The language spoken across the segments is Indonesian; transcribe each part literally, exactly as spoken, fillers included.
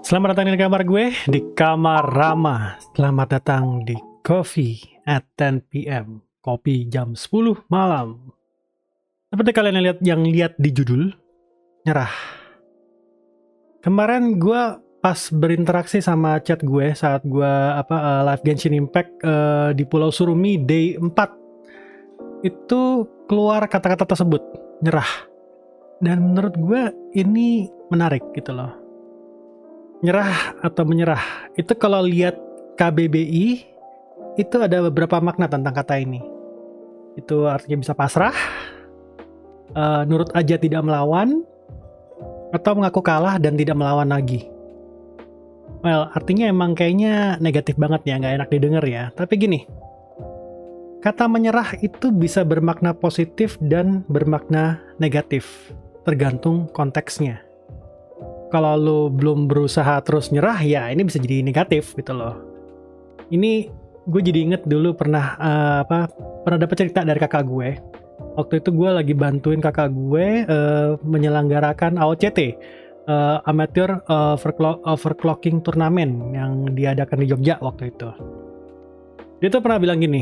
Selamat datang di kamar gue, di kamar Rama. Selamat datang di Coffee at ten p m. Kopi jam sepuluh malam. Seperti kalian yang lihat yang lihat di judul, nyerah. Kemarin gue pas berinteraksi sama chat gue saat gue apa uh, live Genshin Impact uh, di Pulau Surumi day empat. Itu keluar kata-kata tersebut, nyerah. Dan menurut gue ini menarik gitu loh. Nyerah atau menyerah, itu kalau lihat K B B I itu ada beberapa makna tentang kata ini. Itu artinya bisa pasrah, uh, nurut aja tidak melawan, atau mengaku kalah dan tidak melawan lagi. Well, artinya emang kayaknya negatif banget ya, nggak enak didengar ya. Tapi gini, kata menyerah itu bisa bermakna positif dan bermakna negatif, tergantung konteksnya. Kalau lo belum berusaha terus nyerah, ya ini bisa jadi negatif gitu loh. Ini gue jadi inget dulu pernah uh, apa pernah dapat cerita dari kakak gue. Waktu itu gue lagi bantuin kakak gue uh, menyelenggarakan A O C T, uh, Amateur uh, Overclock, Overclocking Turnamen yang diadakan di Jogja waktu itu. Dia tuh pernah bilang gini,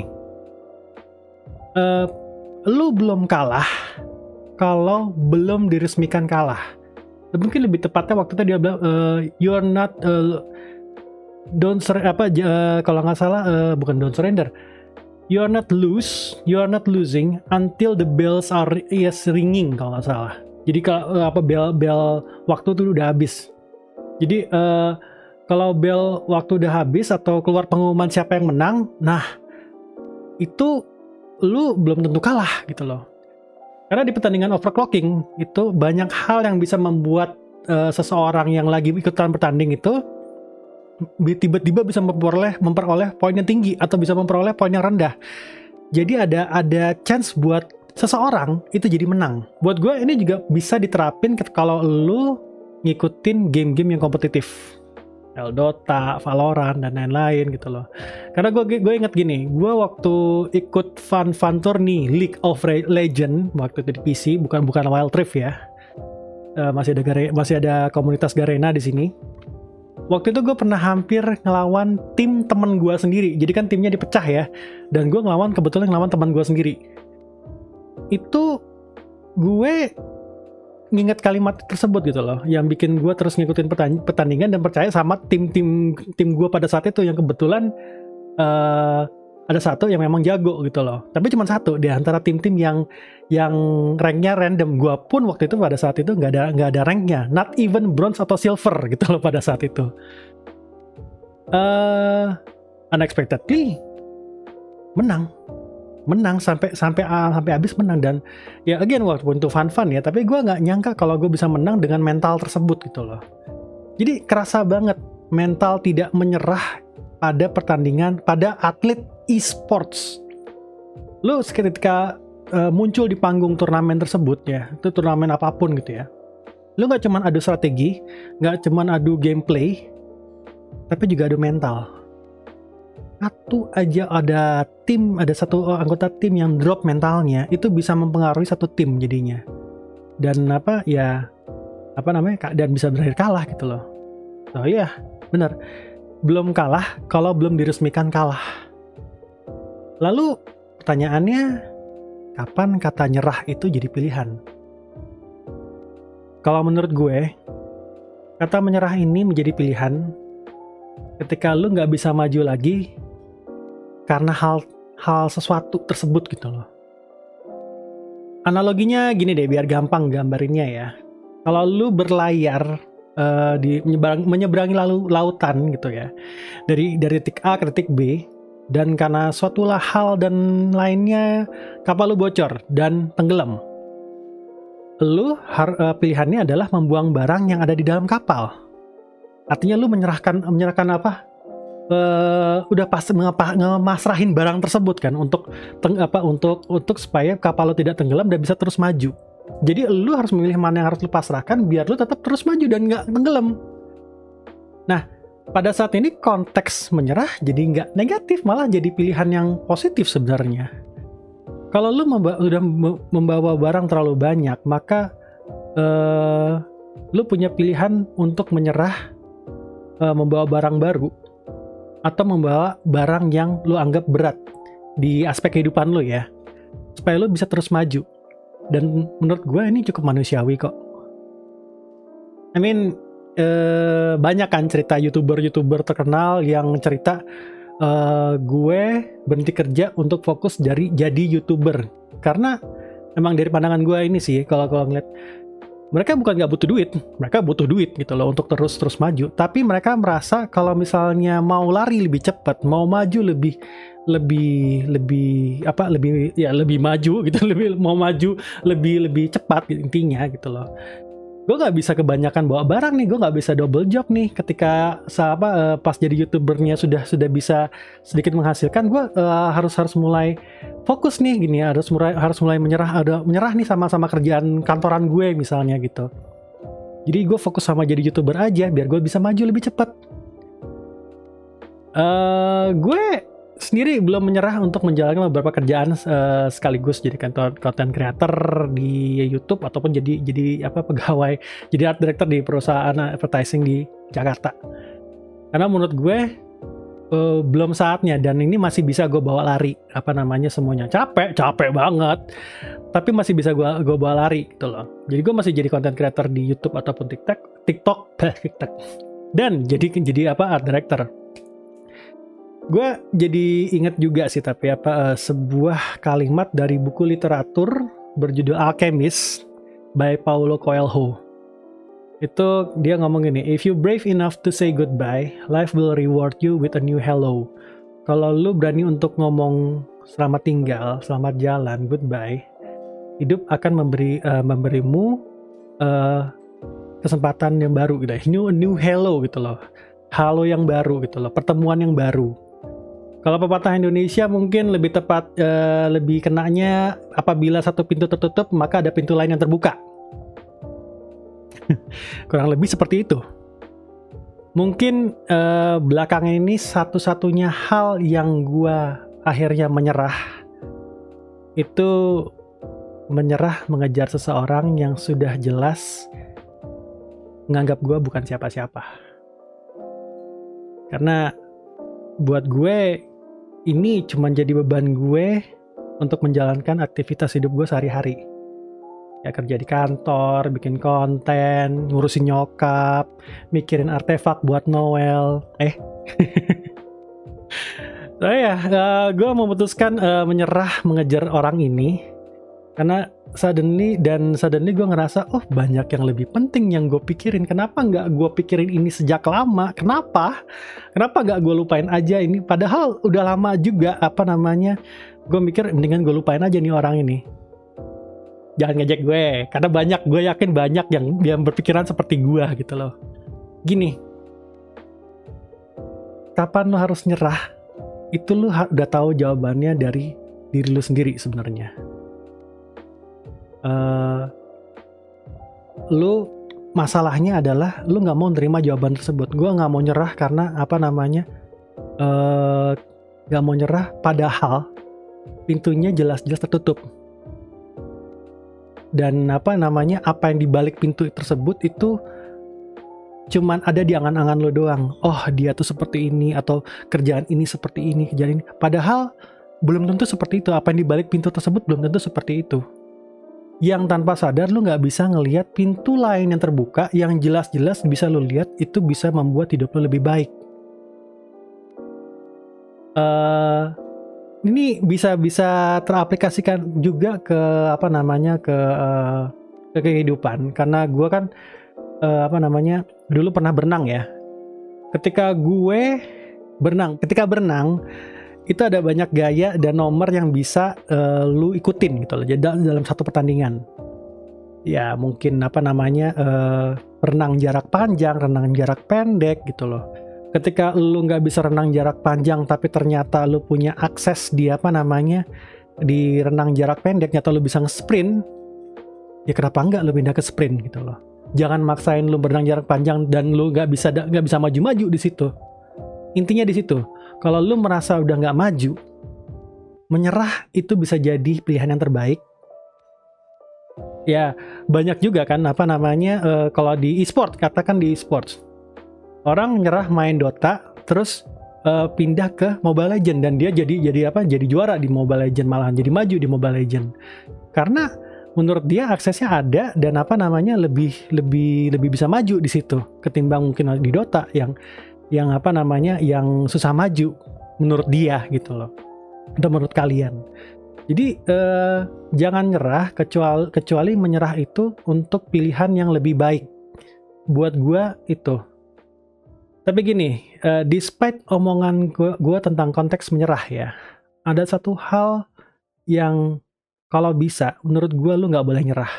uh, lu belum kalah kalau belum diresmikan kalah. Mungkin lebih tepatnya waktu itu dia bilang uh, you're not uh, don't sur- apa uh, kalau nggak salah uh, bukan don't surrender, you're not lose you're not losing until the bells are yes ringing kalau nggak salah. Jadi kalau uh, apa bel bel waktu itu udah habis. Jadi uh, kalau bel waktu udah habis atau keluar pengumuman siapa yang menang, nah itu lu belum tentu kalah gitu loh. Karena di pertandingan overclocking itu banyak hal yang bisa membuat uh, seseorang yang lagi ikutan bertanding itu tiba-tiba bisa memperoleh memperoleh poin yang tinggi atau bisa memperoleh poin yang rendah. Jadi ada ada chance buat seseorang itu jadi menang. Buat gue ini juga bisa diterapin kalau lu ngikutin game-game yang kompetitif. Dota, Valorant, dan lain-lain gitu loh. Karena gue gue inget gini, gue waktu ikut fun fun tour nih League of Legends waktu itu di P C, bukan bukan Wild Rift ya. Uh, masih ada gare, masih ada komunitas Garena di sini. Waktu itu gue pernah hampir ngelawan tim teman gue sendiri. Jadi kan timnya dipecah ya, dan gue ngelawan kebetulan ngelawan teman gue sendiri. Itu gue nginget kalimat tersebut gitu loh, yang bikin gue terus ngikutin pertandingan dan percaya sama tim-tim tim gue pada saat itu yang kebetulan uh, ada satu yang memang jago gitu loh, tapi cuma satu di antara tim-tim yang yang ranknya random. Gue pun waktu itu pada saat itu nggak ada nggak ada ranknya, not even bronze atau silver gitu loh pada saat itu. Uh, unexpectedly menang. menang sampai sampai uh, sampai habis menang. Dan ya again walaupun itu fun-fun ya, tapi gue nggak nyangka kalau gue bisa menang dengan mental tersebut gitu loh. Jadi kerasa banget mental tidak menyerah pada pertandingan, pada atlet e-sports. Lu ketika uh, muncul di panggung turnamen tersebut ya, itu turnamen apapun gitu ya, lu nggak cuman adu strategi, nggak cuman adu gameplay, tapi juga adu mental. Satu aja ada tim, ada satu anggota tim yang drop mentalnya, itu bisa mempengaruhi satu tim jadinya. Dan apa ya, apa namanya, dan bisa berakhir kalah gitu loh. Oh iya, benar. Belum kalah kalau belum diresmikan kalah. Lalu pertanyaannya, kapan kata nyerah itu jadi pilihan? Kalau menurut gue, kata menyerah ini menjadi pilihan ketika lu nggak bisa maju lagi karena hal hal sesuatu tersebut gitu loh. Analoginya gini deh, biar gampang gambarinnya ya. Kalau lu berlayar uh, di menyeberang, menyeberangi lalu lautan gitu ya, dari dari titik A ke titik B, dan karena suatu hal dan lainnya kapal lu bocor dan tenggelam. Lu har, uh, pilihannya adalah membuang barang yang ada di dalam kapal. Artinya lu menyerahkan menyerahkan apa? Uh, udah pas ngemasrahin barang tersebut kan untuk teng, apa untuk untuk supaya kapal lo tidak tenggelam dan bisa terus maju. Jadi lu harus memilih mana yang harus lu pasrahkan biar lu tetap terus maju dan nggak tenggelam. Nah, pada saat ini konteks menyerah jadi nggak negatif, malah jadi pilihan yang positif sebenarnya. Kalau lu memba- udah membawa barang terlalu banyak, maka uh, lu punya pilihan untuk menyerah uh, membawa barang baru atau membawa barang yang lu anggap berat di aspek kehidupan lu ya, supaya lu bisa terus maju. Dan menurut gue ini cukup manusiawi kok. I mean, uh, banyak kan cerita youtuber-youtuber terkenal yang cerita uh, gue berhenti kerja untuk fokus dari jadi youtuber. Karena emang dari pandangan gue ini sih, kalau kalau ngeliat, mereka bukan nggak butuh duit, mereka butuh duit gitu loh untuk terus terus maju. Tapi mereka merasa kalau misalnya mau lari lebih cepat, mau maju lebih lebih lebih apa lebih ya lebih maju gitu, lebih mau maju lebih lebih cepat intinya gitu loh. Gue nggak bisa kebanyakan bawa barang nih, gue nggak bisa double job nih. Ketika apa uh, pas jadi youtubernya sudah sudah bisa sedikit menghasilkan, gue uh, harus harus mulai fokus nih gini, harus mulai harus mulai menyerah, ada menyerah nih sama sama kerjaan kantoran gue misalnya gitu. Jadi gue fokus sama jadi youtuber aja biar gue bisa maju lebih cepat. Uh, gue sendiri belum menyerah untuk menjalankan beberapa kerjaan uh, sekaligus jadi content creator di YouTube ataupun jadi jadi apa pegawai jadi art director di perusahaan advertising di Jakarta. Karena menurut gue uh, belum saatnya, dan ini masih bisa gue bawa lari apa namanya semuanya. Capek, capek banget. Tapi masih bisa gue gue bawa lari gitu loh. Jadi gue masih jadi content creator di YouTube ataupun TikTok, TikTok, TikTok. Dan jadi jadi apa art director. Gue jadi inget juga sih tapi apa uh, sebuah kalimat dari buku literatur berjudul Alchemist by Paulo Coelho. Itu dia ngomong gini, if you brave enough to say goodbye, life will reward you with a new hello. Kalau lu berani untuk ngomong selamat tinggal, selamat jalan, goodbye, hidup akan memberi uh, memberimu uh, kesempatan yang baru gitu, new new hello gitu loh, halo yang baru gitu loh, pertemuan yang baru. Kalau pepatah Indonesia mungkin lebih tepat, uh, lebih kenanya apabila satu pintu tertutup maka ada pintu lain yang terbuka. Kurang lebih seperti itu. Mungkin uh, belakangan ini satu-satunya hal yang gua akhirnya menyerah itu menyerah mengejar seseorang yang sudah jelas menganggap gua bukan siapa-siapa. Karena buat gue ini cuma jadi beban gue untuk menjalankan aktivitas hidup gue sehari-hari. Ya kerja di kantor, bikin konten, ngurusin nyokap, mikirin artefak buat Noel. Eh. So ya, uh, gue memutuskan uh, menyerah mengejar orang ini karena suddenly dan suddenly gue ngerasa oh banyak yang lebih penting yang gue pikirin. Kenapa nggak gue pikirin ini sejak lama? Kenapa? Kenapa nggak gue lupain aja ini? Padahal udah lama juga apa namanya. Gue mikir mendingan gue lupain aja nih orang ini. Jangan ngejek gue, karena banyak, gue yakin banyak yang yang berpikiran seperti gue gitu loh. Gini, kapan lo harus nyerah? Itu lo ha- udah tahu jawabannya dari diri lo sendiri sebenarnya. Uh, lu masalahnya adalah lu nggak mau nerima jawaban tersebut. Gue nggak mau nyerah karena apa namanya nggak uh, mau nyerah padahal pintunya jelas-jelas tertutup dan apa namanya apa yang dibalik pintu tersebut itu cuman ada di angan-angan lo doang. Oh dia tuh seperti ini atau kerjaan ini seperti ini kerjaan ini. Padahal belum tentu seperti itu. Apa yang dibalik pintu tersebut belum tentu seperti itu. Yang tanpa sadar lu nggak bisa ngelihat pintu lain yang terbuka yang jelas-jelas bisa lu lihat itu bisa membuat hidup lu lebih baik. Uh, ini bisa bisa teraplikasikan juga ke apa namanya ke uh, ke kehidupan karena gue kan uh, apa namanya dulu pernah berenang ya. Ketika gue berenang, ketika berenang itu ada banyak gaya dan nomor yang bisa uh, lu ikutin gitu loh. Jadi dalam satu pertandingan. Ya mungkin apa namanya uh, renang jarak panjang, renang jarak pendek gitu loh. Ketika lu nggak bisa renang jarak panjang tapi ternyata lu punya akses di apa namanya di renang jarak pendek, nyata lu bisa nge-sprint, ya kenapa nggak lu pindah ke sprint gitu loh. Jangan maksain lu berenang jarak panjang dan lu nggak bisa nggak bisa maju-maju di situ. Intinya di situ. Kalau lu merasa udah nggak maju, menyerah itu bisa jadi pilihan yang terbaik. Ya banyak juga kan apa namanya uh, kalau di e-sport, katakan di e-sports, orang nyerah main Dota terus uh, pindah ke Mobile Legend dan dia jadi jadi apa? Jadi juara di Mobile Legend, malahan jadi maju di Mobile Legend. Karena menurut dia aksesnya ada dan apa namanya lebih lebih lebih bisa maju di situ ketimbang mungkin di Dota yang yang apa namanya yang susah maju menurut dia gitu loh. Atau menurut kalian. Jadi eh, jangan nyerah kecuali kecuali menyerah itu untuk pilihan yang lebih baik. Buat gua itu. Tapi gini, uh, despite omongan gua, gua tentang konteks menyerah ya, ada satu hal yang kalau bisa, menurut gua lu nggak boleh nyerah,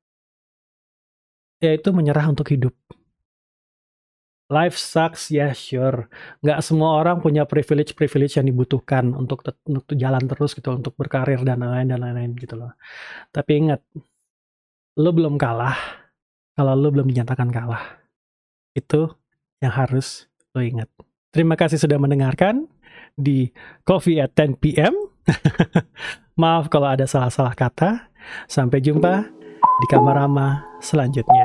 yaitu menyerah untuk hidup. Life sucks, ya yeah, sure. Nggak semua orang punya privilege-privilege yang dibutuhkan untuk, untuk jalan terus gitu, untuk berkarir dan lain-lain dan lain-lain gitu loh. Tapi ingat, lu belum kalah kalau lu belum dinyatakan kalah. Itu yang harus lo ingat. Terima kasih sudah mendengarkan di Coffee at ten p m Maaf kalau ada salah-salah kata. Sampai jumpa di Kamarama selanjutnya.